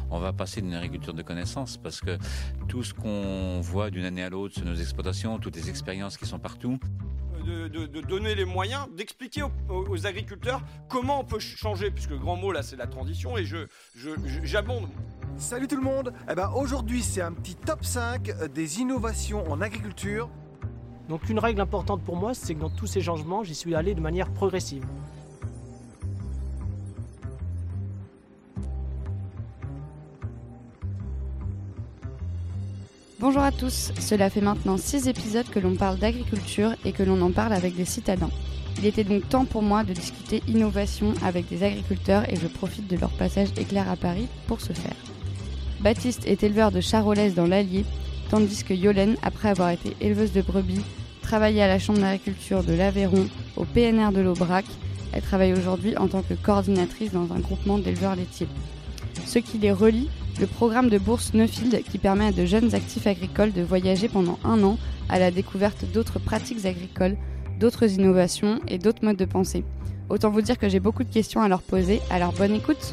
on va passer d'une agriculture de connaissances, parce que tout ce qu'on voit d'une année à l'autre sur nos exploitations, toutes les expériences qui sont partout. De donner les moyens, d'expliquer aux agriculteurs comment on peut changer, puisque le grand mot là c'est la transition, et j'abonde. Salut tout le monde. Aujourd'hui c'est un petit top 5 des innovations en agriculture. Donc une règle importante pour moi, c'est que dans tous ces changements, j'y suis allé de manière progressive. Bonjour à tous, cela fait maintenant 6 épisodes que l'on parle d'agriculture et que l'on en parle avec des citadins. Il était donc temps pour moi de discuter innovation avec des agriculteurs et je profite de leur passage éclair à Paris pour ce faire. Baptiste est éleveur de charolaises dans l'Allier, tandis que Yolène, après avoir été éleveuse de brebis, travaillait à la Chambre d'agriculture de l'Aveyron, au PNR de l'Aubrac. Elle travaille aujourd'hui en tant que coordinatrice dans un groupement d'éleveurs laitiers. Ce qui les relie, le programme de bourse Neuffield qui permet à de jeunes actifs agricoles de voyager pendant 1 an à la découverte d'autres pratiques agricoles, d'autres innovations et d'autres modes de pensée. Autant vous dire que j'ai beaucoup de questions à leur poser, alors bonne écoute.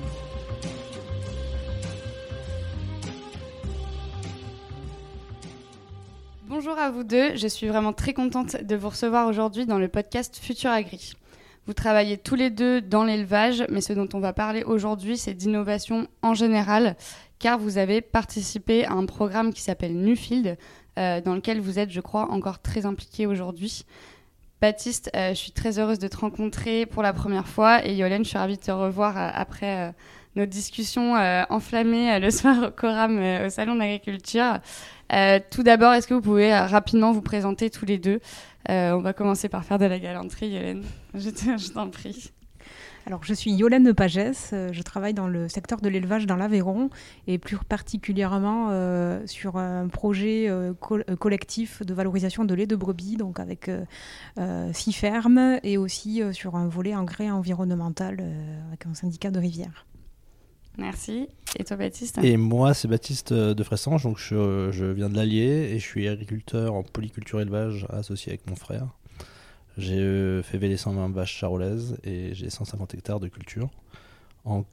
Bonjour à vous deux, je suis vraiment très contente de vous recevoir aujourd'hui dans le podcast Futur Agri. Vous travaillez tous les deux dans l'élevage, mais ce dont on va parler aujourd'hui, c'est d'innovation en général, car vous avez participé à un programme qui s'appelle Neuffield, dans lequel vous êtes, je crois, encore très impliqués aujourd'hui. Baptiste, je suis très heureuse de te rencontrer pour la première fois, et Yolène, je suis ravie de te revoir après nos discussions enflammées le soir au Coram au Salon d'Agriculture. Tout d'abord, est-ce que vous pouvez rapidement vous présenter tous les deux ? On va commencer par faire de la galanterie, Yolène. Je t'en prie. Alors, je suis Yolène Pagès, je travaille dans le secteur de l'élevage dans l'Aveyron et plus particulièrement sur un projet collectif de valorisation de lait de brebis, donc avec 6 fermes et aussi sur un volet engrais environnemental avec un syndicat de rivière. Merci. Et toi, Baptiste ? Et moi, c'est Baptiste de Fressange, donc je viens de l'Allier et je suis agriculteur en polyculture élevage associé avec mon frère. J'ai fait véler 120 vaches charolaises et j'ai 150 hectares de culture en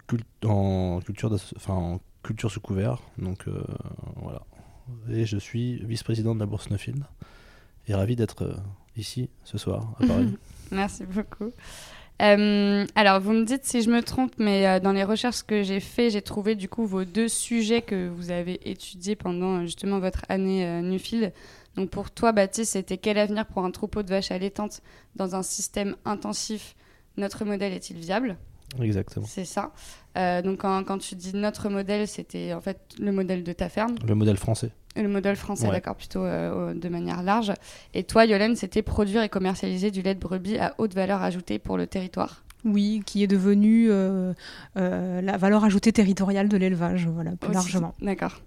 culture sous couvert. Donc voilà. Et je suis vice-président de la bourse Neuffield et ravi d'être ici ce soir à Paris. Merci beaucoup. Alors, vous me dites si je me trompe, mais dans les recherches que j'ai faites, j'ai trouvé du coup vos 2 sujets que vous avez étudiés pendant justement votre année Neuffield. Donc pour toi, Baptiste, c'était quel avenir pour un troupeau de vaches allaitantes dans un système intensif ? Notre modèle est-il viable ? Exactement. C'est ça. Donc quand tu dis notre modèle, c'était en fait le modèle de ta ferme ? Le modèle français. Le modèle français, ouais. D'accord, plutôt de manière large. Et toi, Yolène, c'était produire et commercialiser du lait de brebis à haute valeur ajoutée pour le territoire ? Oui, qui est devenu la valeur ajoutée territoriale de l'élevage, voilà, plus largement. D'accord.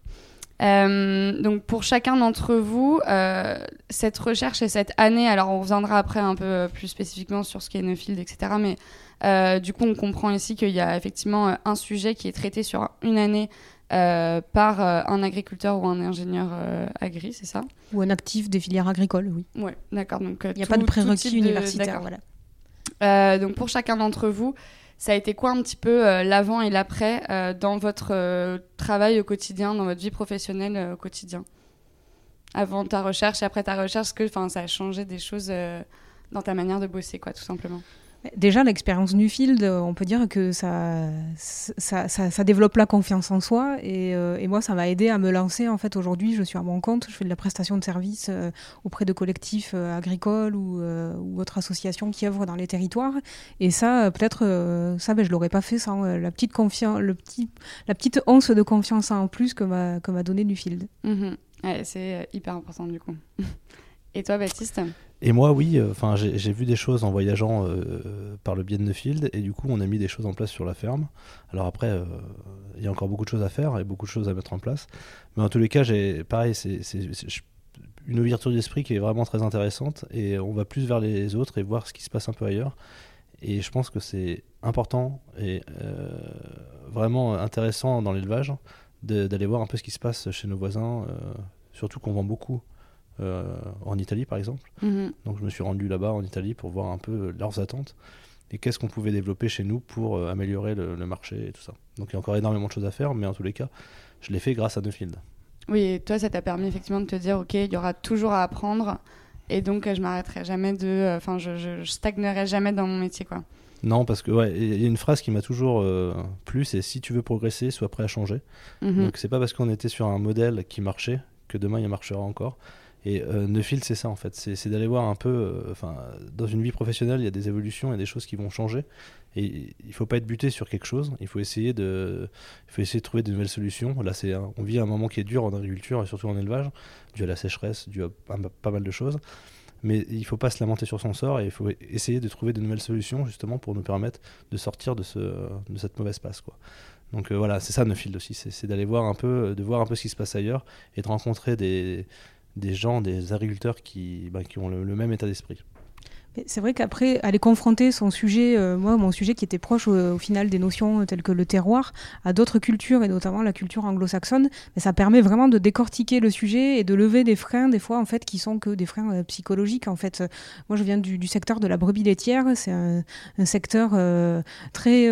Donc pour chacun d'entre vous, cette recherche et cette année, alors on reviendra après un peu plus spécifiquement sur ce qu'est Neuffield, etc. Mais du coup, on comprend ici qu'il y a effectivement un sujet qui est traité sur une année par un agriculteur ou un ingénieur agri, c'est ça ? Ou un actif des filières agricoles, oui. Ouais, d'accord. Donc il n'y a pas de prérequis universitaire, voilà. Donc pour chacun d'entre vous, ça a été quoi un petit peu l'avant et l'après dans votre travail au quotidien, dans votre vie professionnelle au quotidien ? Avant ta recherche et après ta recherche, est-ce que ça a changé des choses dans ta manière de bosser, quoi, tout simplement ? Déjà, l'expérience Neuffield, on peut dire que ça développe la confiance en soi et moi, ça m'a aidé à me lancer. En fait, aujourd'hui, je suis à mon compte, je fais de la prestation de services auprès de collectifs agricoles ou autres associations qui œuvrent dans les territoires. Et ça, peut-être, je l'aurais pas fait sans la petite once de confiance en plus que m'a donné Neuffield. Ouais, c'est hyper important du coup. Et toi, Baptiste ? Et moi, oui, j'ai vu des choses en voyageant par le biais de Neuffield, et du coup, on a mis des choses en place sur la ferme. Alors après, il y a encore beaucoup de choses à faire et beaucoup de choses à mettre en place. Mais en tous les cas, c'est une ouverture d'esprit qui est vraiment très intéressante, et on va plus vers les autres et voir ce qui se passe un peu ailleurs. Et je pense que c'est important et vraiment intéressant dans l'élevage d'aller voir un peu ce qui se passe chez nos voisins, surtout qu'on vend beaucoup en Italie par exemple. Donc je me suis rendu là-bas en Italie pour voir un peu leurs attentes et qu'est-ce qu'on pouvait développer chez nous pour améliorer le marché et tout ça. Donc il y a encore énormément de choses à faire, mais en tous les cas, je l'ai fait grâce à Neuffield. Oui, et toi, ça t'a permis effectivement de te dire, ok, il y aura toujours à apprendre, et donc je m'arrêterai jamais je stagnerai jamais dans mon métier, quoi. Non, parce que il y a une phrase qui m'a toujours plu, c'est si tu veux progresser, sois prêt à changer. Donc c'est pas parce qu'on était sur un modèle qui marchait que demain il marchera encore. Et Neuffield, c'est ça en fait, c'est d'aller voir un peu, dans une vie professionnelle, il y a des évolutions, il y a des choses qui vont changer. Et il faut pas être buté sur quelque chose, il faut essayer de trouver de nouvelles solutions. Là, on vit un moment qui est dur en agriculture et surtout en élevage, dû à la sécheresse, dû à pas mal de choses. Mais il ne faut pas se lamenter sur son sort et il faut essayer de trouver de nouvelles solutions justement pour nous permettre de sortir de cette mauvaise passe, quoi. Donc voilà, c'est ça Neuffield aussi, c'est d'aller voir un peu ce qui se passe ailleurs et de rencontrer des gens, des agriculteurs qui ont le même état d'esprit. Mais c'est vrai qu'après, aller confronter son sujet, mon sujet qui était proche au final des notions telles que le terroir, à d'autres cultures et notamment la culture anglo-saxonne, mais ça permet vraiment de décortiquer le sujet et de lever des freins des fois en fait qui sont que des freins psychologiques en fait. Moi je viens du secteur de la brebis laitière, c'est un secteur très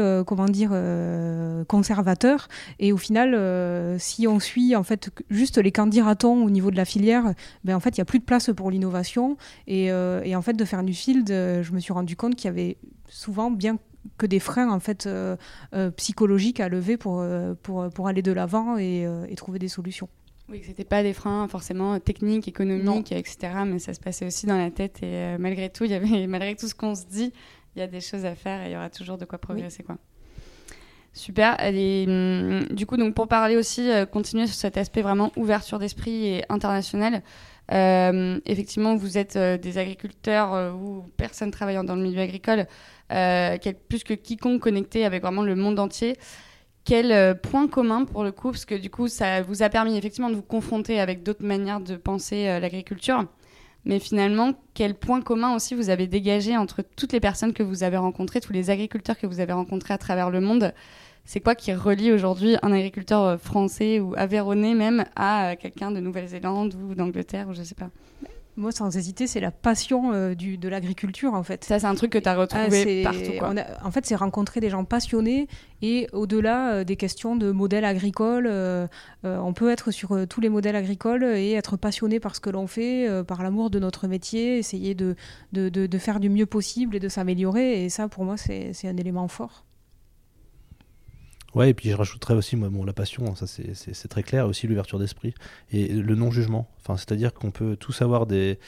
conservateur et au final si on suit en fait juste les candidatons au niveau de la filière, en fait il y a plus de place pour l'innovation et en fait de faire du fil, je me suis rendu compte qu'il y avait souvent bien que des freins en fait psychologiques à lever pour aller de l'avant et trouver des solutions. Oui, que c'était pas des freins forcément techniques, économiques, etc. Mais ça se passait aussi dans la tête et malgré tout ce qu'on se dit, il y a des choses à faire et il y aura toujours de quoi progresser, quoi. Super. Et, du coup, donc pour parler aussi, continuer sur cet aspect vraiment ouverture d'esprit et international. Effectivement, vous êtes des agriculteurs ou personnes travaillant dans le milieu agricole, plus que quiconque connecté avec vraiment le monde entier. Quel point commun pour le coup, parce que du coup, ça vous a permis effectivement de vous confronter avec d'autres manières de penser l'agriculture. Mais finalement, quel point commun aussi vous avez dégagé entre toutes les personnes que vous avez rencontrées, tous les agriculteurs que vous avez rencontrés à travers le monde? C'est quoi qui relie aujourd'hui un agriculteur français ou aveyronnais même à quelqu'un de Nouvelle-Zélande ou d'Angleterre ou je sais pas? Moi, sans hésiter, c'est la passion de l'agriculture, en fait. Ça, c'est un truc que tu as retrouvé partout, quoi. En fait, c'est rencontrer des gens passionnés et au-delà des questions de modèles agricoles, on peut être sur tous les modèles agricoles et être passionné par ce que l'on fait, par l'amour de notre métier, essayer de faire du mieux possible et de s'améliorer. Et ça, pour moi, c'est un élément fort. Ouais, et puis je rajouterais aussi la passion, ça c'est très clair, aussi l'ouverture d'esprit et le non-jugement. Enfin, c'est-à-dire qu'on peut tous avoir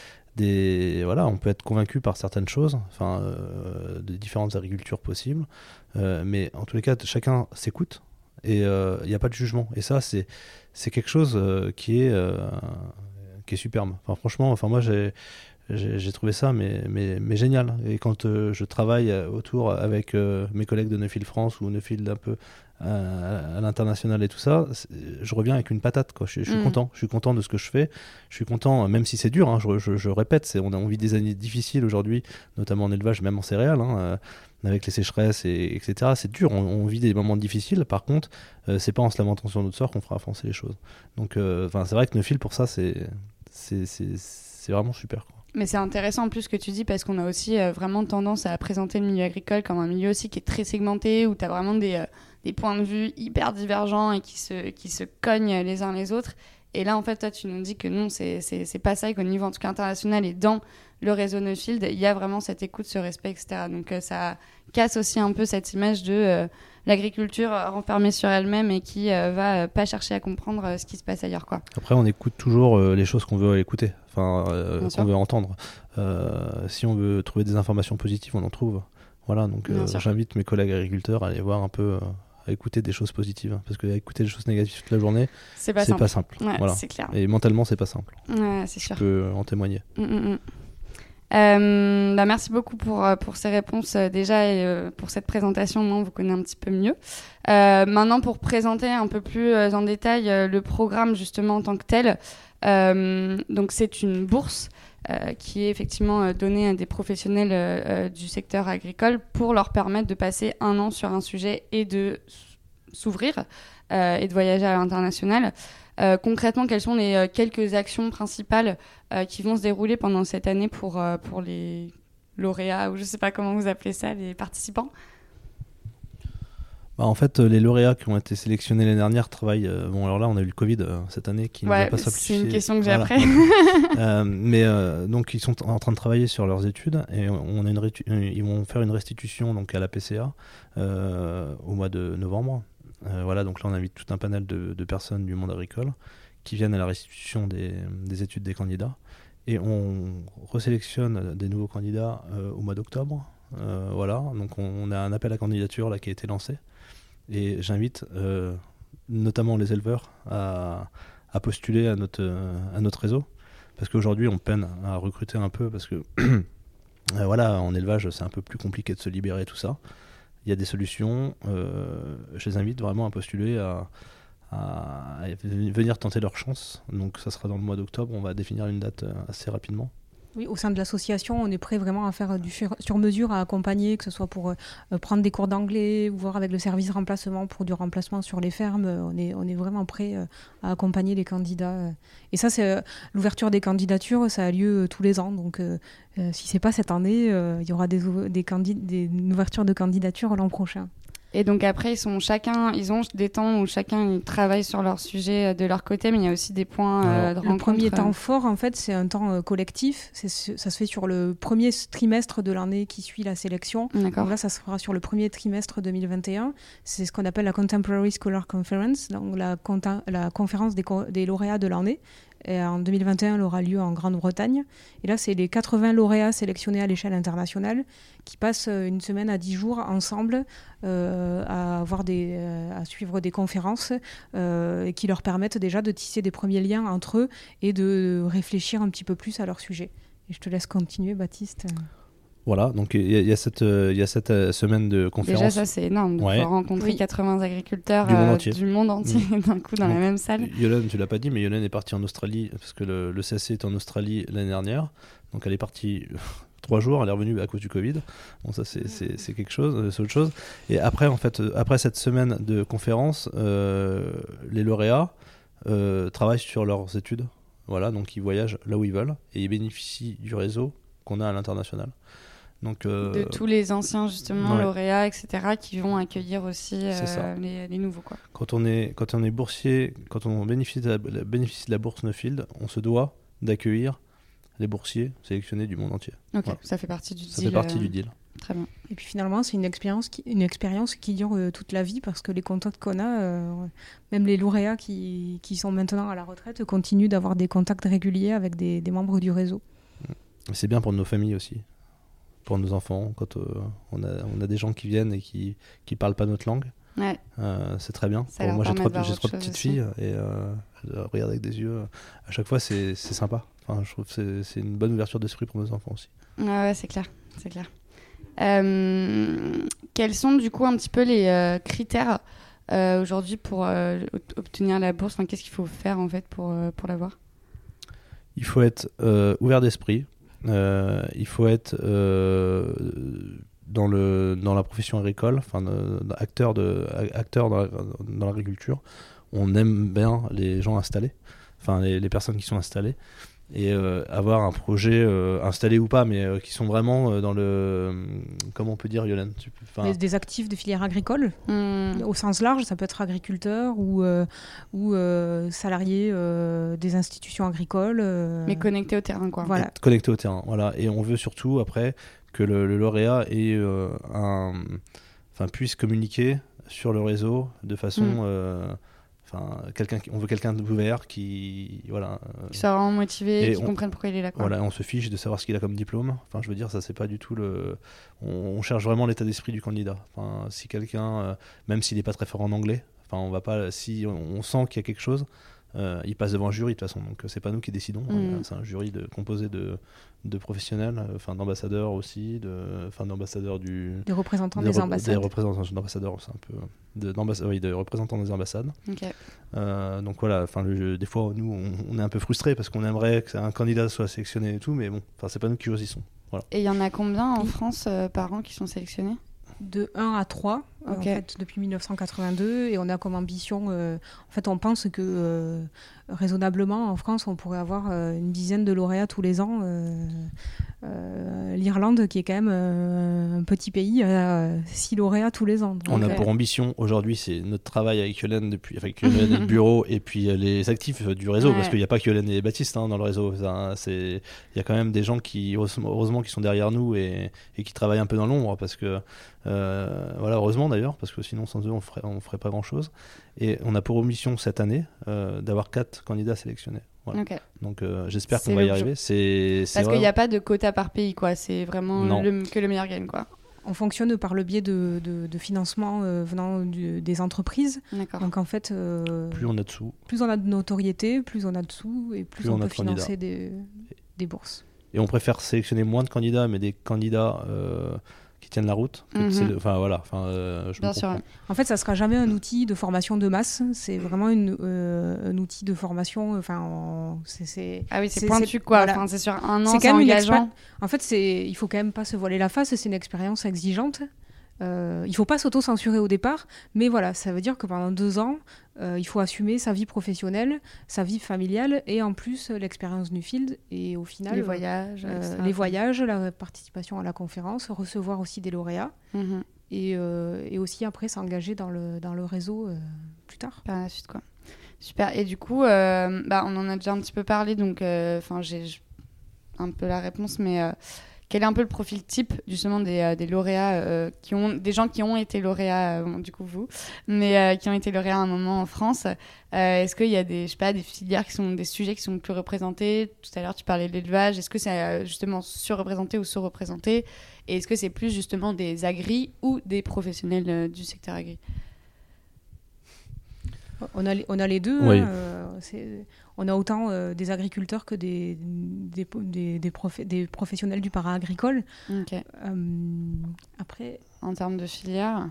on peut être convaincu par certaines choses, de différentes agricultures possibles, mais en tous les cas, chacun s'écoute et il n'y a pas de jugement. Et ça, c'est quelque chose qui est superbe. Enfin, franchement, moi j'ai trouvé ça mais génial. Et quand je travaille autour avec mes collègues de Neuffield France ou Neuffield un peu à l'international et tout ça, je reviens avec une patate, quoi. Je suis content. Je suis content de ce que je fais. Je suis content, même si c'est dur, hein, je répète, on vit des années difficiles aujourd'hui, notamment en élevage, même en céréales, avec les sécheresses, etc. C'est dur, on vit des moments difficiles. Par contre, c'est pas en se lamentant sur notre sort qu'on fera avancer les choses. Donc c'est vrai que Neuffield, pour ça, c'est vraiment super, quoi. Mais c'est intéressant en plus ce que tu dis parce qu'on a aussi vraiment tendance à présenter le milieu agricole comme un milieu aussi qui est très segmenté où tu as vraiment des points de vue hyper divergents et qui se cognent les uns les autres. Et là, en fait, toi, tu nous dis que non, c'est pas ça et qu'au niveau, en tout cas international et dans le réseau Neuffield, il y a vraiment cette écoute, ce respect, etc. Donc ça casse aussi un peu cette image de l'agriculture renfermée sur elle-même et qui va pas chercher à comprendre ce qui se passe ailleurs, quoi. Après, on écoute toujours les choses qu'on veut écouter, qu'on veut entendre. Si on veut trouver des informations positives, on en trouve. Voilà, donc j'invite mes collègues agriculteurs à aller voir un peu, à écouter des choses positives, parce que écouter des choses négatives toute la journée, c'est pas simple. Ouais, voilà. C'est clair. Et mentalement, c'est pas simple. Ouais, c'est sûr. Je peux en témoigner. Merci beaucoup pour ces réponses déjà et pour cette présentation. Moi, on vous connaît un petit peu mieux. Maintenant, pour présenter un peu plus en détail le programme justement en tant que tel. Donc, c'est une bourse qui est effectivement donnée à des professionnels du secteur agricole pour leur permettre de passer 1 an sur un sujet et de s'ouvrir et de voyager à l'international. Concrètement, quelles sont les quelques actions principales qui vont se dérouler pendant cette année pour les lauréats, ou je sais pas comment vous appelez ça, les participants? En fait, les lauréats qui ont été sélectionnés l'année dernière travaillent. Bon, alors là, on a eu le Covid cette année qui ne va pas simplifier. C'est une question que j'ai après. Donc, ils sont en train de travailler sur leurs études et ils vont faire une restitution donc, à la PCA au mois de novembre. Voilà, donc là, on invite tout un panel de personnes du monde agricole qui viennent à la restitution des études des candidats. Et on resélectionne des nouveaux candidats au mois d'octobre. Voilà, donc on a un appel à candidature là, qui a été lancé. Et j'invite notamment les éleveurs à postuler à notre réseau. Parce qu'aujourd'hui, on peine à recruter un peu parce que voilà, en élevage, c'est un peu plus compliqué de se libérer, tout ça. Il y a des solutions. Je les invite vraiment à postuler, à venir tenter leur chance. Donc ça sera dans le mois d'octobre. On va définir une date assez rapidement. Oui, au sein de l'association, on est prêt vraiment à faire du sur-mesure, à accompagner, que ce soit pour prendre des cours d'anglais ou voir avec le service remplacement pour du remplacement sur les fermes. On est vraiment prêt à accompagner les candidats. Et ça, c'est l'ouverture des candidatures, ça a lieu tous les ans. Donc, si c'est pas cette année, il y aura une ouverture de candidature l'an prochain. Et donc après, ils ont des temps où chacun ils travaille sur leur sujet de leur côté, mais il y a aussi des points de rencontre. Le premier temps fort, en fait, c'est un temps collectif. Ça se fait sur le premier trimestre de l'année qui suit la sélection. D'accord. Donc là, ça se fera sur le premier trimestre 2021. C'est ce qu'on appelle la Contemporary Scholar Conference, donc la conférence des lauréats de l'année. Et en 2021, elle aura lieu en Grande-Bretagne. Et là, c'est les 80 lauréats sélectionnés à l'échelle internationale qui passent une semaine à 10 jours ensemble à suivre des conférences qui leur permettent déjà de tisser des premiers liens entre eux et de réfléchir un petit peu plus à leur sujet. Et je te laisse continuer, Baptiste. Voilà, donc il y a cette semaine de conférence. Déjà, ça, c'est énorme de pouvoir rencontrer 80 agriculteurs du monde entier d'un coup dans la même salle. Yolène, tu l'as pas dit, mais Yolène est partie en Australie parce que le CAC est en Australie l'année dernière. Donc elle est partie 3 jours, elle est revenue à cause du Covid. Bon, ça, c'est quelque chose, c'est autre chose. Et après, en fait, après cette semaine de conférence, les lauréats travaillent sur leurs études. Voilà, donc ils voyagent là où ils veulent et ils bénéficient du réseau qu'on a à l'international. Donc, de tous les anciens justement lauréats, etc., qui vont accueillir aussi les nouveaux, quoi. Quand on est boursier, quand on bénéficie de la bourse Nuffield, on se doit d'accueillir les boursiers sélectionnés du monde entier. Ok, voilà. Ça fait partie du deal. Ça fait partie du deal. Très bien. Et puis finalement, c'est une expérience qui dure toute la vie parce que les contacts qu'on a, même les lauréats qui sont maintenant à la retraite, continuent d'avoir des contacts réguliers avec des membres du réseau. C'est bien pour nos familles aussi, pour nos enfants, quand on a des gens qui viennent et qui parlent pas notre langue. Ouais. C'est très bien. Moi j'ai 3 petites filles et regarder avec des yeux à chaque fois c'est sympa. Enfin, je trouve que c'est une bonne ouverture d'esprit pour nos enfants aussi. Ouais, c'est clair. Quels sont du coup un petit peu les critères aujourd'hui pour obtenir la bourse? Qu'est-ce qu'il faut faire en fait pour l'avoir? Il faut être ouvert d'esprit. Il faut être dans la profession agricole, acteur dans l'agriculture. On aime bien les gens installés, les personnes qui sont installées, et avoir un projet installé ou pas, mais qui sont vraiment dans le... Comment on peut dire, Yolène? Des actifs de filière agricole, au sens large, ça peut être agriculteur ou salarié des institutions agricoles. Mais connecté au terrain, quoi. Voilà. Connecté au terrain, voilà. Et on veut surtout, après, que le lauréat puisse communiquer sur le réseau de façon... on veut quelqu'un d'ouvert qui soit vraiment motivé et qui comprenne pourquoi il est là, quoi. Voilà, on se fiche de savoir ce qu'il a comme diplôme. Je veux dire, ça c'est pas du tout on cherche vraiment l'état d'esprit du candidat. Si quelqu'un, même s'il n'est pas très fort en anglais, on va pas, si on sent qu'il y a quelque chose, il passe devant un jury de toute façon. Donc c'est pas nous qui décidons. C'est un jury composé de professionnels, d'ambassadeurs aussi, d'ambassadeurs des représentants des ambassades. Des représentants d'ambassadeurs, c'est un peu de représentants des ambassades. Okay. Donc voilà, des fois nous on est un peu frustrés parce qu'on aimerait qu'un candidat soit sélectionné et tout, mais bon, c'est pas nous qui choisissons. Voilà. Et il y en a combien en France par an qui sont sélectionnés? De 1 à 3 en fait, depuis 1982, et on a comme ambition, en fait on pense que raisonnablement en France on pourrait avoir une dizaine de lauréats tous les ans L'Irlande, qui est quand même un petit pays, a 6 lauréats tous les ans. On a pour ambition aujourd'hui, c'est notre travail avec Yolène avec Yolène et le bureau, et puis les actifs du réseau, parce qu'il n'y a pas que Yolène et Baptiste dans le réseau. Il y a quand même des gens qui, heureusement, qui sont derrière nous et qui travaillent un peu dans l'ombre, parce que heureusement d'ailleurs, parce que sinon sans eux on ferait pas grand chose. Et on a pour ambition cette année d'avoir 4 candidats sélectionnés. Voilà. Okay. Donc j'espère qu'on va y arriver. Parce qu'il n'y a pas de quota par pays, quoi. C'est vraiment que le meilleur gagne, quoi. On fonctionne par le biais de financement venant des entreprises. D'accord. Donc en fait, plus on a de sous, plus on a de notoriété, plus on a de sous et plus on peut financer des bourses. Et on préfère sélectionner moins de candidats, mais des candidats qui tiennent la route. Bien sûr. En fait, ça sera jamais un outil de formation de masse. C'est vraiment un outil de formation. C'est pointu, quoi. Voilà. C'est sur un an, c'est engageant. En fait, il faut quand même pas se voiler la face. C'est une expérience exigeante. Il faut pas s'auto-censurer au départ, mais voilà, ça veut dire que pendant 2 ans, il faut assumer sa vie professionnelle, sa vie familiale et en plus l'expérience Nuffield et au final les voyages, la participation à la conférence, recevoir aussi des lauréats et aussi après s'engager dans le réseau plus tard. Par la suite, quoi. Super. Et du coup, on en a déjà un petit peu parlé, donc j'ai un peu la réponse, mais quel est un peu le profil type justement des lauréats des gens qui ont été lauréats, du coup vous, mais qui ont été lauréats à un moment en France. Est-ce qu'il y a des filières des sujets qui sont plus représentés? Tout à l'heure tu parlais de l'élevage. Est-ce que c'est justement surreprésenté ou sous-représenté? Et est-ce que c'est plus justement des agris ou des professionnels du secteur agri? On a les deux. Oui. On a autant des agriculteurs que des professionnels du para-agricole. Okay. Après, en termes de filière,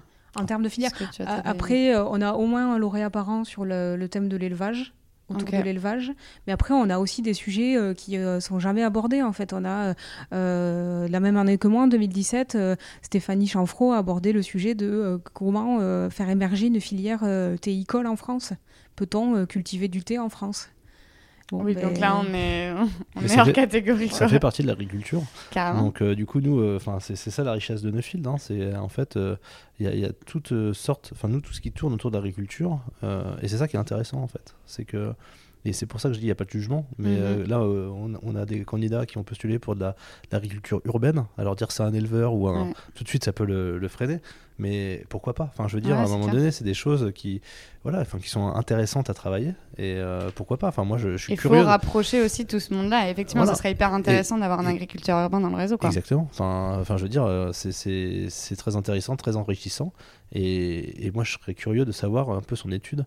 après, on a au moins un lauréat par an sur le thème de l'élevage. Autour de l'élevage, mais après on a aussi des sujets qui sont jamais abordés en fait. On a la même année que moi en 2017, Stéphanie Chanfraud a abordé le sujet de comment faire émerger une filière théicole en France. Peut-on cultiver du thé en France? Oui, donc là on est hors catégorie. Ça fait partie de l'agriculture. Carrément. Donc du coup nous, c'est ça la richesse de Nuffield. C'est en fait il y a toutes sortes, nous tout ce qui tourne autour de l'agriculture, et c'est ça qui est intéressant en fait. C'est que et c'est pour ça que je dis il n'y a pas de jugement, mais là on a des candidats qui ont postulé pour de l'agriculture urbaine. Alors dire que c'est un éleveur ou tout de suite ça peut le freiner, mais pourquoi pas? Je veux dire, à un moment donné, c'est des choses qui sont intéressantes à travailler, et pourquoi pas? Moi je suis curieux. Il faut rapprocher aussi tout ce monde-là, et effectivement ça serait hyper intéressant d'avoir un agriculteur urbain dans le réseau, quoi. Exactement. Je veux dire, c'est très intéressant, très enrichissant, et moi je serais curieux de savoir un peu son étude,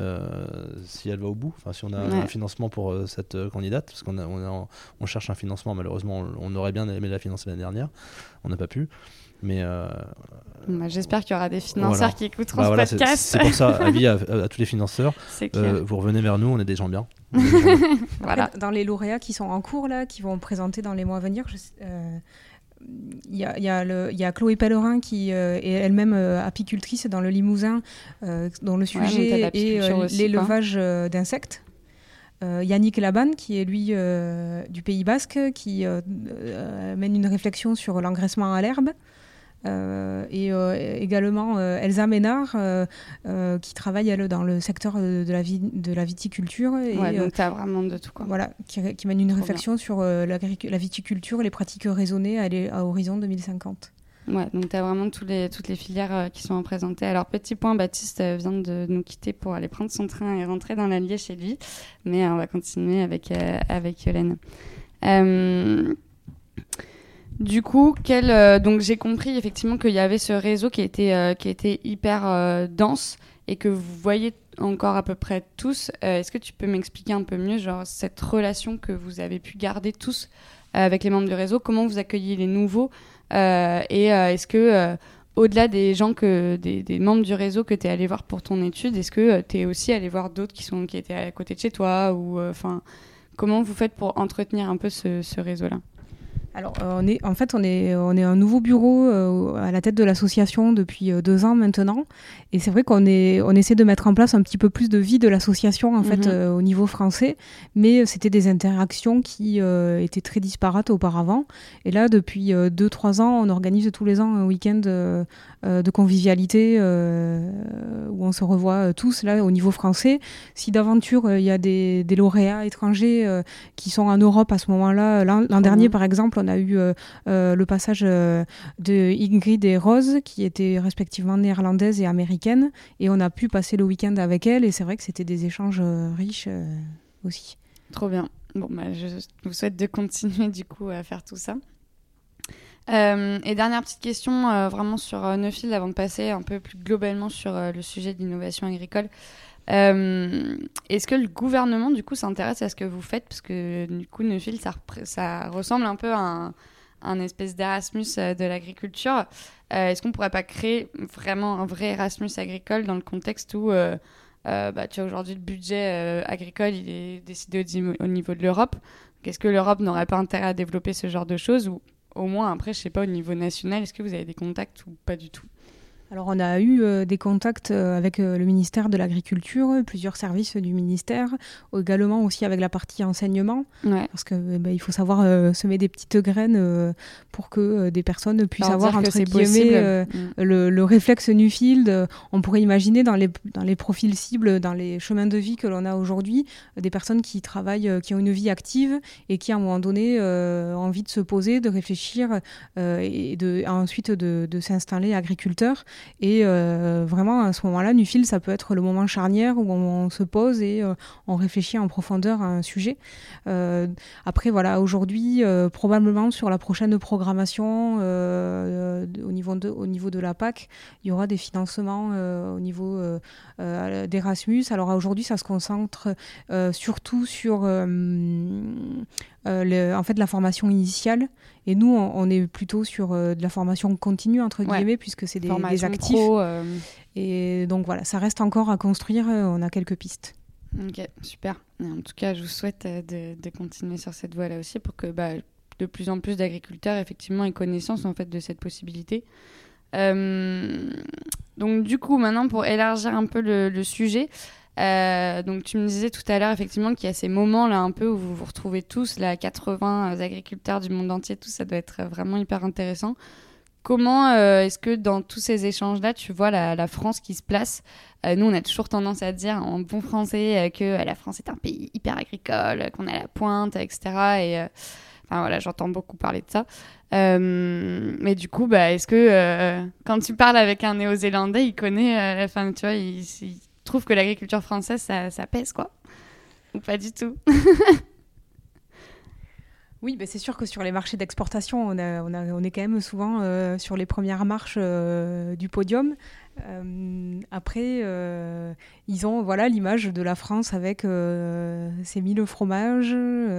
si elle va au bout, si on a un financement pour cette candidate, parce qu'on cherche un financement. Malheureusement on aurait bien aimé la financer l'année dernière, on n'a pas pu, mais j'espère qu'il y aura des financeurs qui écouteront ce podcast. C'est pour ça, avis à tous les financeurs, vous revenez vers nous, on est des gens bien. Voilà. Dans les lauréats qui sont en cours là, qui vont présenter dans les mois à venir, il y a Chloé Pellerin qui est elle-même apicultrice dans le Limousin, dont le sujet est l'élevage d'insectes. Yannick Laban, qui est lui du Pays Basque, qui mène une réflexion sur l'engraissement à l'herbe. Et également Elsa Ménard, qui travaille elle dans le secteur de la viticulture, et donc t'as vraiment de tout, quoi. Voilà, qui mène une réflexion sur la viticulture et les pratiques raisonnées à horizon 2050. Ouais, donc tu as vraiment toutes les filières qui sont représentées. Alors, petit point, Baptiste vient de nous quitter pour aller prendre son train et rentrer dans l'Allier chez lui, mais on va continuer avec Yolène. Du coup, donc j'ai compris effectivement qu'il y avait ce réseau qui était hyper dense et que vous voyez encore à peu près tous. Est-ce que tu peux m'expliquer un peu mieux, genre, cette relation que vous avez pu garder tous avec les membres du réseau? Comment vous accueillez les nouveaux, et est-ce que au-delà des gens des membres du réseau que tu es allé voir pour ton étude, est-ce que tu es aussi allé voir d'autres qui étaient à côté de chez toi, ou comment vous faites pour entretenir un peu ce réseau-là? Alors, on est un nouveau bureau à la tête de l'association depuis 2 ans maintenant. Et c'est vrai qu'on essaie de mettre en place un petit peu plus de vie de l'association en fait, au niveau français. Mais c'était des interactions qui étaient très disparates auparavant. Et là, depuis 2-3 ans, on organise tous les ans un week-end de convivialité où on se revoit tous là au niveau français. Si d'aventure, il y a des lauréats étrangers qui sont en Europe à ce moment-là, l'an dernier par exemple, on a eu le passage de Ingrid et Rose, qui étaient respectivement néerlandaises et américaines, et on a pu passer le week-end avec elles, et c'est vrai que c'était des échanges riches aussi. Trop bien. Bon, je vous souhaite de continuer du coup à faire tout ça. Et dernière petite question, vraiment sur Neufil, avant de passer un peu plus globalement sur le sujet de l'innovation agricole. Est-ce que le gouvernement du coup s'intéresse à ce que vous faites, parce que du coup Neufil ça ressemble un peu à un espèce d'Erasmus de l'agriculture. Est-ce qu'on pourrait pas créer vraiment un vrai Erasmus agricole dans le contexte où tu vois, aujourd'hui le budget agricole il est décidé au niveau de l'Europe. Est-ce que l'Europe n'aurait pas intérêt à développer ce genre de choses, ou au moins après je sais pas au niveau national, est-ce que vous avez des contacts ou pas du tout? Alors on a eu des contacts avec le ministère de l'Agriculture, plusieurs services du ministère, également aussi avec la partie enseignement, parce que il faut savoir semer des petites graines pour que des personnes puissent avoir entre guillemets le réflexe Nuffield. On pourrait imaginer dans les profils cibles, dans les chemins de vie que l'on a aujourd'hui, des personnes qui travaillent, qui ont une vie active et qui à un moment donné ont envie de se poser, de réfléchir et ensuite de s'installer agriculteur. Et vraiment, à ce moment-là, Nuffield, ça peut être le moment charnière où on se pose et on réfléchit en profondeur à un sujet. Après, voilà, aujourd'hui, probablement sur la prochaine programmation au niveau de la PAC, il y aura des financements au niveau d'Erasmus. Alors aujourd'hui, ça se concentre surtout sur en fait, la formation initiale. Et nous, on est plutôt sur de la formation continue, entre guillemets, puisque c'est des actifs. Pro, Et donc voilà, ça reste encore à construire. On a quelques pistes. Ok, super. Et en tout cas, je vous souhaite de continuer sur cette voie-là aussi pour que de plus en plus d'agriculteurs, effectivement, aient connaissance en fait, de cette possibilité. Donc du coup, maintenant, pour élargir un peu le sujet... donc tu me disais tout à l'heure effectivement qu'il y a ces moments là un peu où vous vous retrouvez tous là 80 agriculteurs du monde entier, tout ça doit être vraiment hyper intéressant. Comment est-ce que dans tous ces échanges là tu vois la France qui se place? Nous on a toujours tendance à dire en bon français que la France est un pays hyper agricole, qu'on est à la pointe, etc. et enfin voilà, j'entends beaucoup parler de ça. Mais du coup est-ce que quand tu parles avec un Néo-Zélandais il connaît tu vois, il trouve que l'agriculture française, ça pèse, quoi? Ou pas du tout? Oui, c'est sûr que sur les marchés d'exportation, on est quand même souvent sur les premières marches du podium. Après, ils ont l'image de la France avec ses 1000 fromages,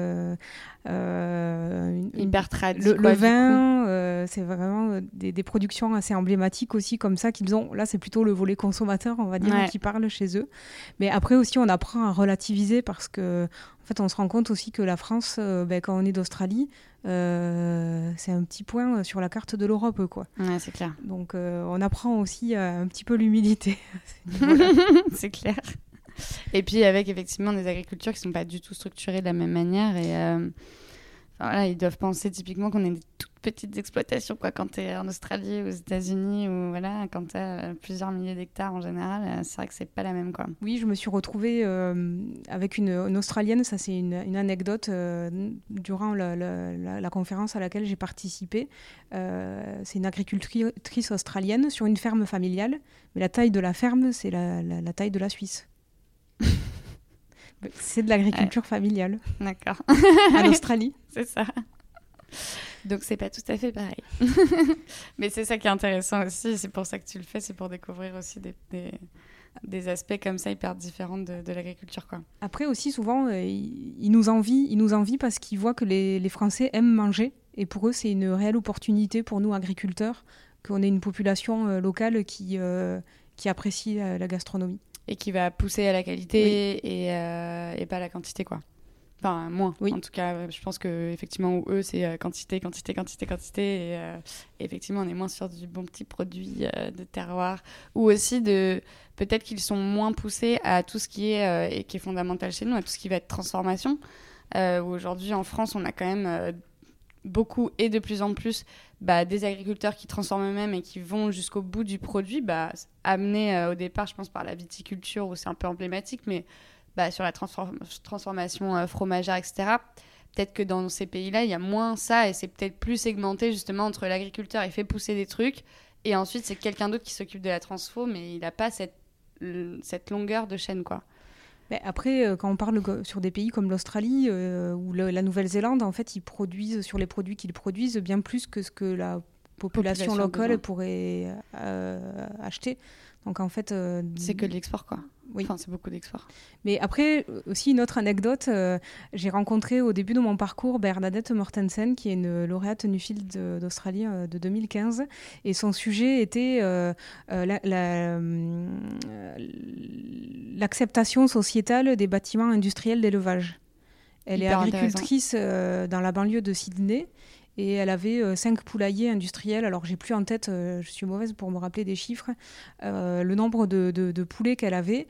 hyper tradi, le vin, c'est vraiment des productions assez emblématiques aussi comme ça qu'ils ont. Là, c'est plutôt le volet consommateur, on va dire, qui parle chez eux. Mais après aussi, on apprend à relativiser parce que en fait, on se rend compte aussi que la France, quand on est d'Australie, c'est un petit point sur la carte de l'Europe, quoi. Ouais, c'est clair. Donc, on apprend aussi un petit peu l'humilité. C'est clair. Et puis, avec effectivement des agricultures qui ne sont pas du tout structurées de la même manière. Et ils doivent penser typiquement qu'on est des toutes petites exploitations, quoi, quand tu es en Australie, aux États-Unis, ou quand tu as plusieurs milliers d'hectares en général. C'est vrai que c'est pas la même, quoi. Oui, je me suis retrouvée avec une Australienne, ça c'est une anecdote, durant la conférence à laquelle j'ai participé. C'est une agricultrice australienne sur une ferme familiale, mais la taille de la ferme, c'est la taille de la Suisse. C'est de l'agriculture familiale. D'accord. En Australie. C'est ça. Donc c'est pas tout à fait pareil. Mais c'est ça qui est intéressant aussi, c'est pour ça que tu le fais, c'est pour découvrir aussi des aspects comme ça hyper différents de l'agriculture, quoi. Après aussi souvent ils nous envient parce qu'ils voient que les Français aiment manger, et pour eux c'est une réelle opportunité pour nous agriculteurs qu'on ait une population locale qui apprécie la gastronomie. Et qui va pousser à la qualité, et pas à la quantité, quoi. Enfin, moins. Oui. En tout cas, je pense qu'effectivement, eux, c'est quantité. Et effectivement, on est moins sur du bon petit produit de terroir. Ou aussi, peut-être qu'ils sont moins poussés à tout ce qui est, et qui est fondamental chez nous, à tout ce qui va être transformation. Où aujourd'hui, en France, on a quand même beaucoup et de plus en plus des agriculteurs qui transforment eux-mêmes et qui vont jusqu'au bout du produit, amenés au départ, je pense, par la viticulture, où c'est un peu emblématique, mais sur la transformation fromagère, etc. Peut-être que dans ces pays-là, il y a moins ça et c'est peut-être plus segmenté justement entre l'agriculteur, il fait pousser des trucs et ensuite c'est quelqu'un d'autre qui s'occupe de la transfo, mais il n'a pas cette longueur de chaîne, quoi. Mais après, quand on parle sur des pays comme l'Australie ou la Nouvelle-Zélande, en fait, ils produisent sur les produits qu'ils produisent bien plus que ce que la population locale pourrait acheter. Donc en fait, c'est que de l'export, quoi. Oui. Enfin, c'est beaucoup d'export. Mais après, aussi une autre anecdote, j'ai rencontré au début de mon parcours Bernadette Mortensen, qui est une lauréate Nuffield d'Australie de 2015. Et son sujet était l'acceptation sociétale des bâtiments industriels d'élevage. Elle est agricultrice dans la banlieue de Sydney. Et elle avait 5 poulaillers industriels. Alors, j'ai plus en tête, je suis mauvaise pour me rappeler des chiffres, le nombre de poulets qu'elle avait.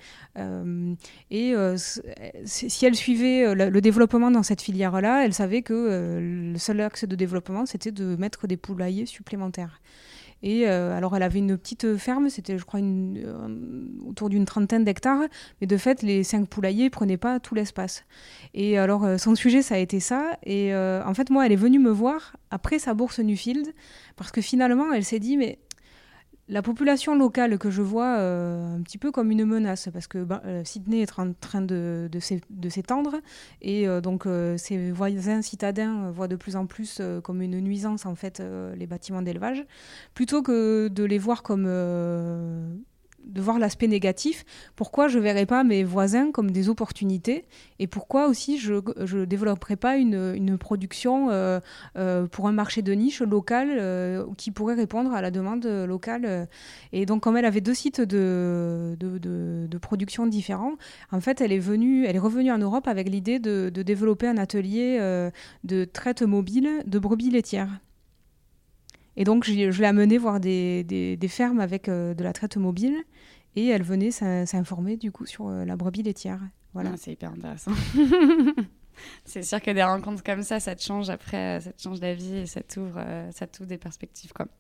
Si elle suivait le développement dans cette filière-là, elle savait que le seul axe de développement, c'était de mettre des poulaillers supplémentaires. Et alors, elle avait une petite ferme, c'était, je crois, autour d'une 30aine d'hectares. Mais de fait, les 5 poulaillers ne prenaient pas tout l'espace. Et alors, son sujet, ça a été ça. Et en fait, moi, elle est venue me voir après sa bourse Nuffield, parce que finalement, elle s'est dit, mais la population locale que je vois un petit peu comme une menace, parce que Sydney est en train de s'étendre, et donc ses voisins citadins voient de plus en plus comme une nuisance en fait les bâtiments d'élevage, plutôt que de les voir comme de voir l'aspect négatif. Pourquoi je ne verrais pas mes voisins comme des opportunités, et pourquoi aussi je ne développerais pas une production pour un marché de niche local qui pourrait répondre à la demande locale. Et donc, comme elle avait 2 sites de production différents, en fait, elle est revenue en Europe avec l'idée de développer un atelier de traite mobile de brebis laitières. Et donc, je l'ai amenée voir des fermes avec de la traite mobile, et elle venait s'informer du coup sur la brebis laitière. Voilà. Ah, c'est hyper intéressant. C'est sûr que des rencontres comme ça te change après, ça te change la vie et ça t'ouvre des perspectives, quoi.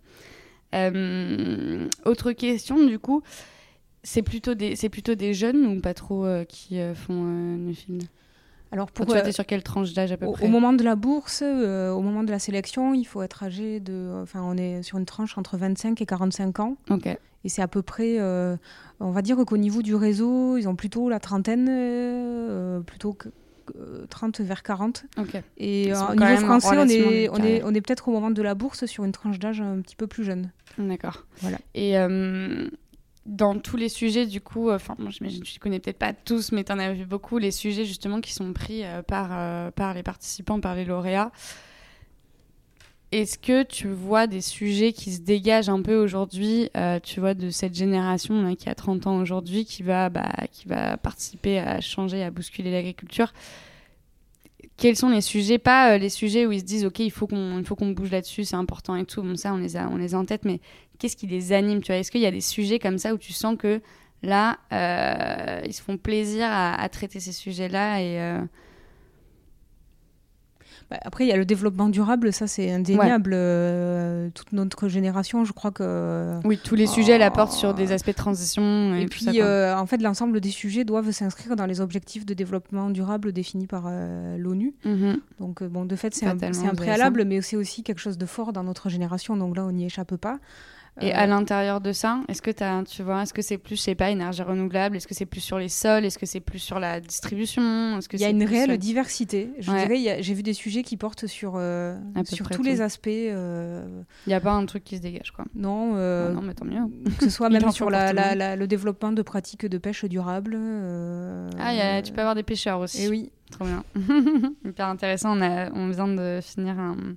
Autre question, du coup, c'est plutôt des jeunes ou pas trop qui font Nuffield? Alors tu étais sur quelle tranche d'âge à peu près? Au moment de la bourse, au moment de la sélection, il faut être âgé on est sur une tranche entre 25 et 45 ans. Ok. Et c'est à peu près, on va dire qu'au niveau du réseau, ils ont plutôt la trentaine, plutôt que 30 vers 40. Okay. Et au niveau français, on est peut-être au moment de la bourse sur une tranche d'âge un petit peu plus jeune. D'accord. Voilà. Et dans tous les sujets, du coup, moi j'imagine que tu ne connais peut-être pas tous, mais tu en as vu beaucoup, les sujets justement qui sont pris par les participants, par les lauréats. Est-ce que tu vois des sujets qui se dégagent un peu aujourd'hui, tu vois, de cette génération là, qui a 30 ans aujourd'hui, qui va participer à changer, à bousculer l'agriculture? Quels sont les sujets, pas les sujets où ils se disent ok, il faut qu'on bouge là-dessus, c'est important et tout, bon ça on les a en tête, mais qu'est-ce qui les anime, tu vois? Est-ce qu'il y a des sujets comme ça où tu sens que là ils se font plaisir à traiter ces sujets-là et Après, il y a le développement durable, ça c'est indéniable. Ouais. Toute notre génération, je crois que... Oui, tous les sujets la portent sur des aspects de transition. Et puis, ça, en fait, l'ensemble des sujets doivent s'inscrire dans les objectifs de développement durable définis par l'ONU. Mm-hmm. Donc, de fait, c'est un préalable, mais c'est aussi quelque chose de fort dans notre génération. Donc là, on n'y échappe pas. Et à l'intérieur de ça, est-ce que c'est plus, je sais pas, énergie renouvelable? Est-ce que c'est plus sur les sols? Est-ce que c'est plus sur la distribution? Il y a une réelle diversité. Je dirais, j'ai vu des sujets qui portent sur tous les aspects. Il n'y a pas un truc qui se dégage, quoi. Non. Non, mais tant mieux. Que ce soit même sur le développement de pratiques de pêche durable. Tu peux avoir des pêcheurs aussi. Et oui. Trop bien. Hyper intéressant. On vient de finir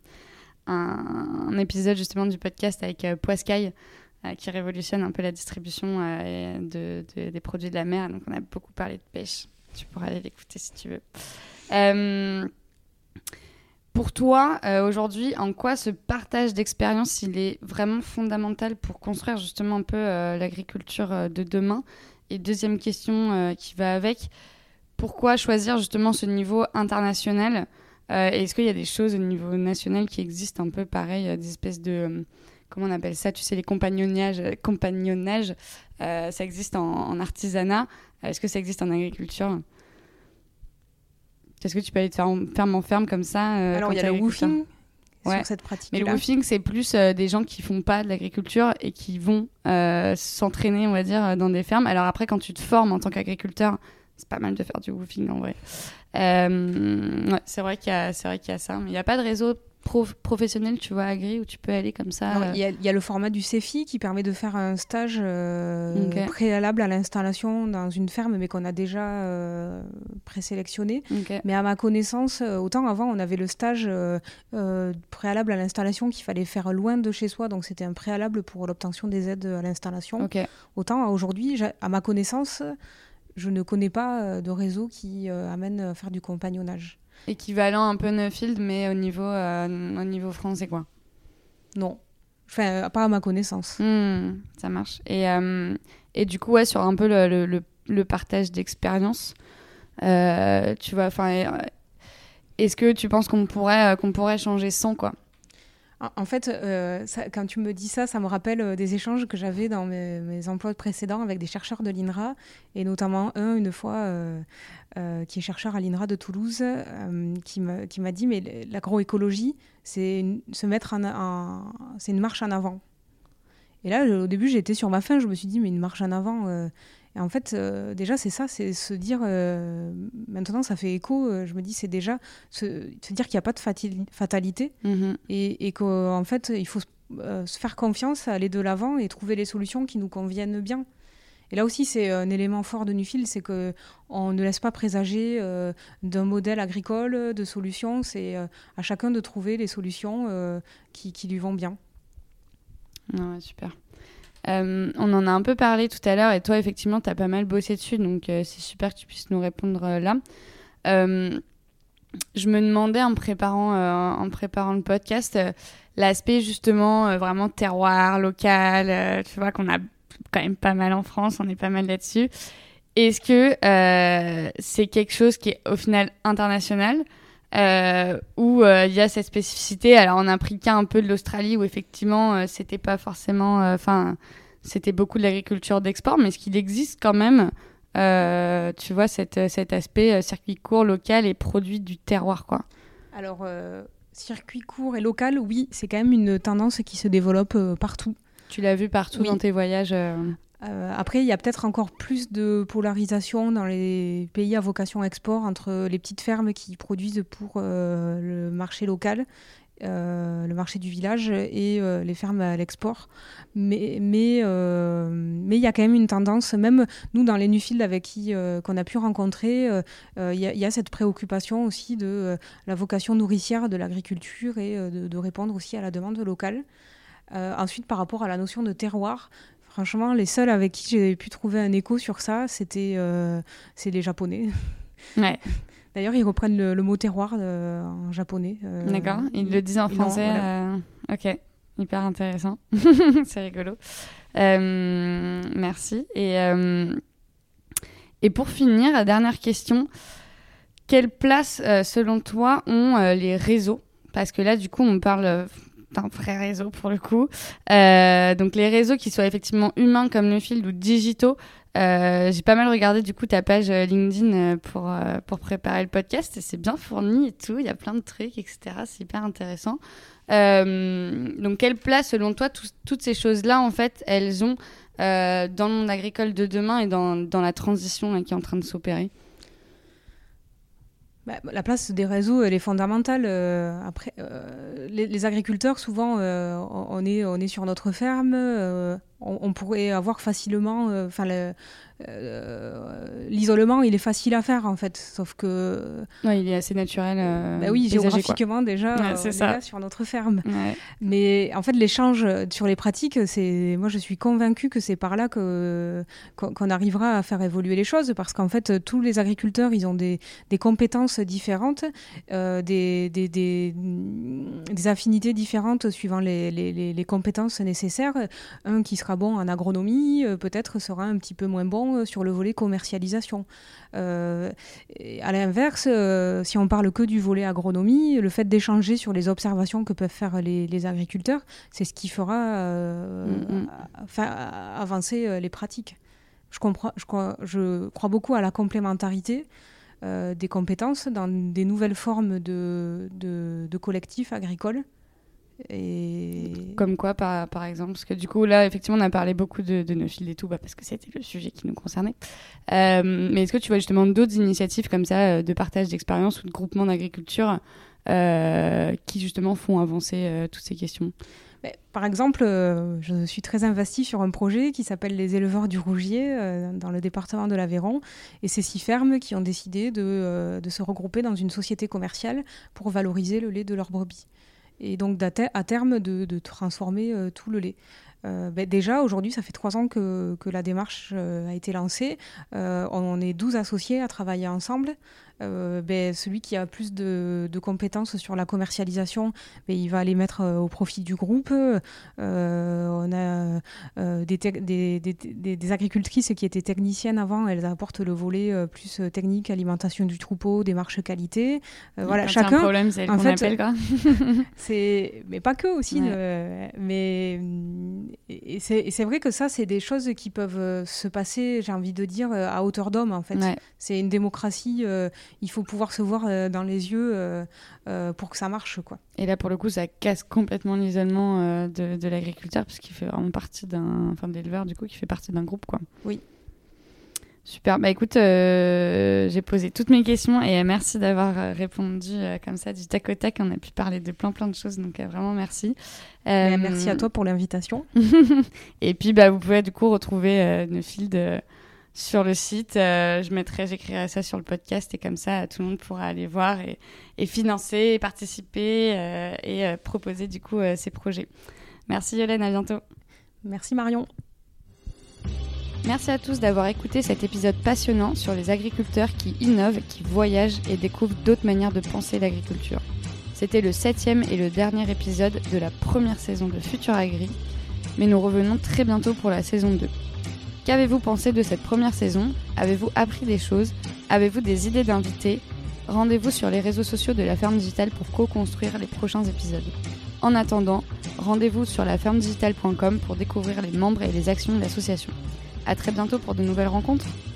un épisode justement du podcast avec Poiscaille qui révolutionne un peu la distribution des produits de la mer, donc on a beaucoup parlé de pêche, tu pourras aller l'écouter si tu veux. Pour toi, aujourd'hui, en quoi ce partage d'expérience, il est vraiment fondamental pour construire justement un peu l'agriculture de demain? Et deuxième question qui va avec, pourquoi choisir justement ce niveau international? Est-ce qu'il y a des choses au niveau national qui existent un peu pareil, des espèces de... comment on appelle ça? Tu sais, les compagnonnages, ça existe en artisanat. Est-ce que ça existe en agriculture? Est-ce que tu peux aller de ferme en ferme comme ça? Alors, il y a le woofing sur cette pratique. Mais le woofing, c'est plus des gens qui font pas de l'agriculture et qui vont s'entraîner, on va dire, dans des fermes. Alors après, quand tu te formes en tant qu'agriculteur, c'est pas mal de faire du woofing en vrai. Ouais, c'est vrai qu'il y a ça. Mais il n'y a pas de réseau professionnel, tu vois, agri, où tu peux aller comme ça. Il y a le format du CEFI qui permet de faire un stage préalable à l'installation dans une ferme, mais qu'on a déjà présélectionné. Mais à ma connaissance, autant avant, on avait le stage préalable à l'installation qu'il fallait faire loin de chez soi, donc c'était un préalable pour l'obtention des aides à l'installation. Autant aujourd'hui, à ma connaissance, je ne connais pas de réseau qui amène à faire du compagnonnage. Équivalent un peu Nuffield, mais au niveau français, quoi. Non. Enfin, pas à ma connaissance. Ça marche. Et du coup, ouais, sur un peu le partage d'expérience, tu vois, est-ce que tu penses qu'on pourrait changer sans, quoi? En fait, quand tu me dis ça, ça me rappelle des échanges que j'avais dans mes emplois précédents avec des chercheurs de l'INRA, et notamment une fois, qui est chercheur à l'INRA de Toulouse, qui m'a dit, mais l'agroécologie, c'est une marche en avant. Et là, au début, j'étais sur ma faim, je me suis dit, mais une marche en avant... Et en fait, déjà, c'est ça, c'est se dire... maintenant, ça fait écho, je me dis, c'est déjà se dire qu'il n'y a pas de fatalité et qu'en fait, il faut se faire confiance, aller de l'avant et trouver les solutions qui nous conviennent bien. Et là aussi, c'est un élément fort de Nuffield, c'est qu'on ne laisse pas présager d'un modèle agricole, de solutions. C'est à chacun de trouver les solutions qui lui vont bien. Ouais, super. On en a un peu parlé tout à l'heure et toi, effectivement, tu as pas mal bossé dessus, donc c'est super que tu puisses nous répondre là. Je me demandais en préparant le podcast, l'aspect justement vraiment terroir, local, tu vois qu'on a quand même pas mal en France, on est pas mal là-dessus. Est-ce que c'est quelque chose qui est au final international où il y a cette spécificité? Alors on a pris le cas un peu de l'Australie où effectivement c'était pas forcément, c'était beaucoup de l'agriculture d'export, mais est-ce qu'il existe quand même, tu vois, cet aspect circuit court, local et produit du terroir, quoi? Alors circuit court et local, oui, c'est quand même une tendance qui se développe partout. Tu l'as vu partout dans tes voyages Après, il y a peut-être encore plus de polarisation dans les pays à vocation export entre les petites fermes qui produisent pour le marché local, le marché du village, et les fermes à l'export. Mais il y a quand même une tendance, même nous dans les Nuffield avec qui qu'on a pu rencontrer, il y a cette préoccupation aussi de la vocation nourricière de l'agriculture et de répondre aussi à la demande locale. Ensuite, par rapport à la notion de terroir, franchement, les seuls avec qui j'ai pu trouver un écho sur ça, c'est les Japonais. Ouais. D'ailleurs, ils reprennent le mot terroir en japonais. D'accord, ils le disent en français. Voilà. Ok, hyper intéressant. C'est rigolo. Merci. Et pour finir, la dernière question. Quelle place, selon toi, ont les réseaux? Parce que là, du coup, on parle... d'un vrai réseau pour le coup. Donc les réseaux qui soient effectivement humains comme Nuffield ou digitaux. J'ai pas mal regardé du coup ta page LinkedIn pour préparer le podcast et c'est bien fourni et tout. Il y a plein de trucs, etc. C'est hyper intéressant. Donc quelle place selon toi toutes ces choses-là en fait elles ont dans le monde agricole de demain et dans la transition là, qui est en train de s'opérer? La place des réseaux, elle est fondamentale. Après, les agriculteurs, souvent, on est sur notre ferme. on pourrait avoir facilement... l'isolement, il est facile à faire, en fait. Sauf que... Ouais, il est assez naturel. Oui, paysager, géographiquement, déjà, ouais, on c'est est ça. là sur notre ferme. Ouais. Mais en fait, l'échange sur les pratiques, moi, je suis convaincue que c'est par là qu'on arrivera à faire évoluer les choses, parce qu'en fait, tous les agriculteurs, ils ont des compétences différentes, des affinités différentes suivant les compétences nécessaires. Un qui sera bon en agronomie, peut-être sera un petit peu moins bon sur le volet commercialisation. À l'inverse, si on parle que du volet agronomie, le fait d'échanger sur les observations que peuvent faire les agriculteurs, c'est ce qui fera avancer les pratiques. Je crois beaucoup à la complémentarité des compétences dans des nouvelles formes de collectifs agricoles. Et... Comme quoi, par exemple? Parce que du coup, là, effectivement, on a parlé beaucoup de Neufiled et tout, parce que c'était le sujet qui nous concernait. Mais est-ce que tu vois justement d'autres initiatives comme ça, de partage d'expérience ou de groupement d'agriculture qui justement font avancer toutes ces questions? Par exemple, je suis très investie sur un projet qui s'appelle les éleveurs du Rougier dans le département de l'Aveyron. Et c'est 6 fermes qui ont décidé de se regrouper dans une société commerciale pour valoriser le lait de leurs brebis. Et donc à terme de transformer tout le lait. Déjà, aujourd'hui, ça fait 3 ans que la démarche a été lancée. On est 12 associés à travailler ensemble. Celui qui a plus de compétences sur la commercialisation, il va les mettre au profit du groupe. On a des agricultrices qui étaient techniciennes avant, elles apportent le volet plus technique, alimentation du troupeau, démarche qualité. Voilà, chacun. C'est un problème, c'est elle qu'on appelle, quoi. Mais pas que aussi. Ouais. Et c'est vrai que ça, c'est des choses qui peuvent se passer, j'ai envie de dire, à hauteur d'homme, en fait. Ouais. C'est une démocratie, il faut pouvoir se voir dans les yeux pour que ça marche, quoi. Et là, pour le coup, ça casse complètement l'isolement de l'agriculteur, parce qu'il fait vraiment partie de l'éleveur, du coup, qui fait partie d'un groupe, quoi. Oui. Super. Écoute, j'ai posé toutes mes questions et merci d'avoir répondu comme ça du tac au tac. On a pu parler de plein de choses, donc vraiment merci. Merci à toi pour l'invitation. Et puis, vous pouvez du coup retrouver Neufiled sur le site. J'écrirai ça sur le podcast et comme ça, tout le monde pourra aller voir et financer, et participer et proposer du coup ces projets. Merci Yolène, à bientôt. Merci Marion. Merci à tous d'avoir écouté cet épisode passionnant sur les agriculteurs qui innovent, qui voyagent et découvrent d'autres manières de penser l'agriculture. C'était le 7e et le dernier épisode de la première saison de Futur Agri, mais nous revenons très bientôt pour la saison 2. Qu'avez-vous pensé de cette première saison? Avez-vous appris des choses? Avez-vous des idées d'invités? Rendez-vous sur les réseaux sociaux de La Ferme Digitale pour co-construire les prochains épisodes. En attendant, rendez-vous sur lafermedigitale.com pour découvrir les membres et les actions de l'association. À très bientôt pour de nouvelles rencontres.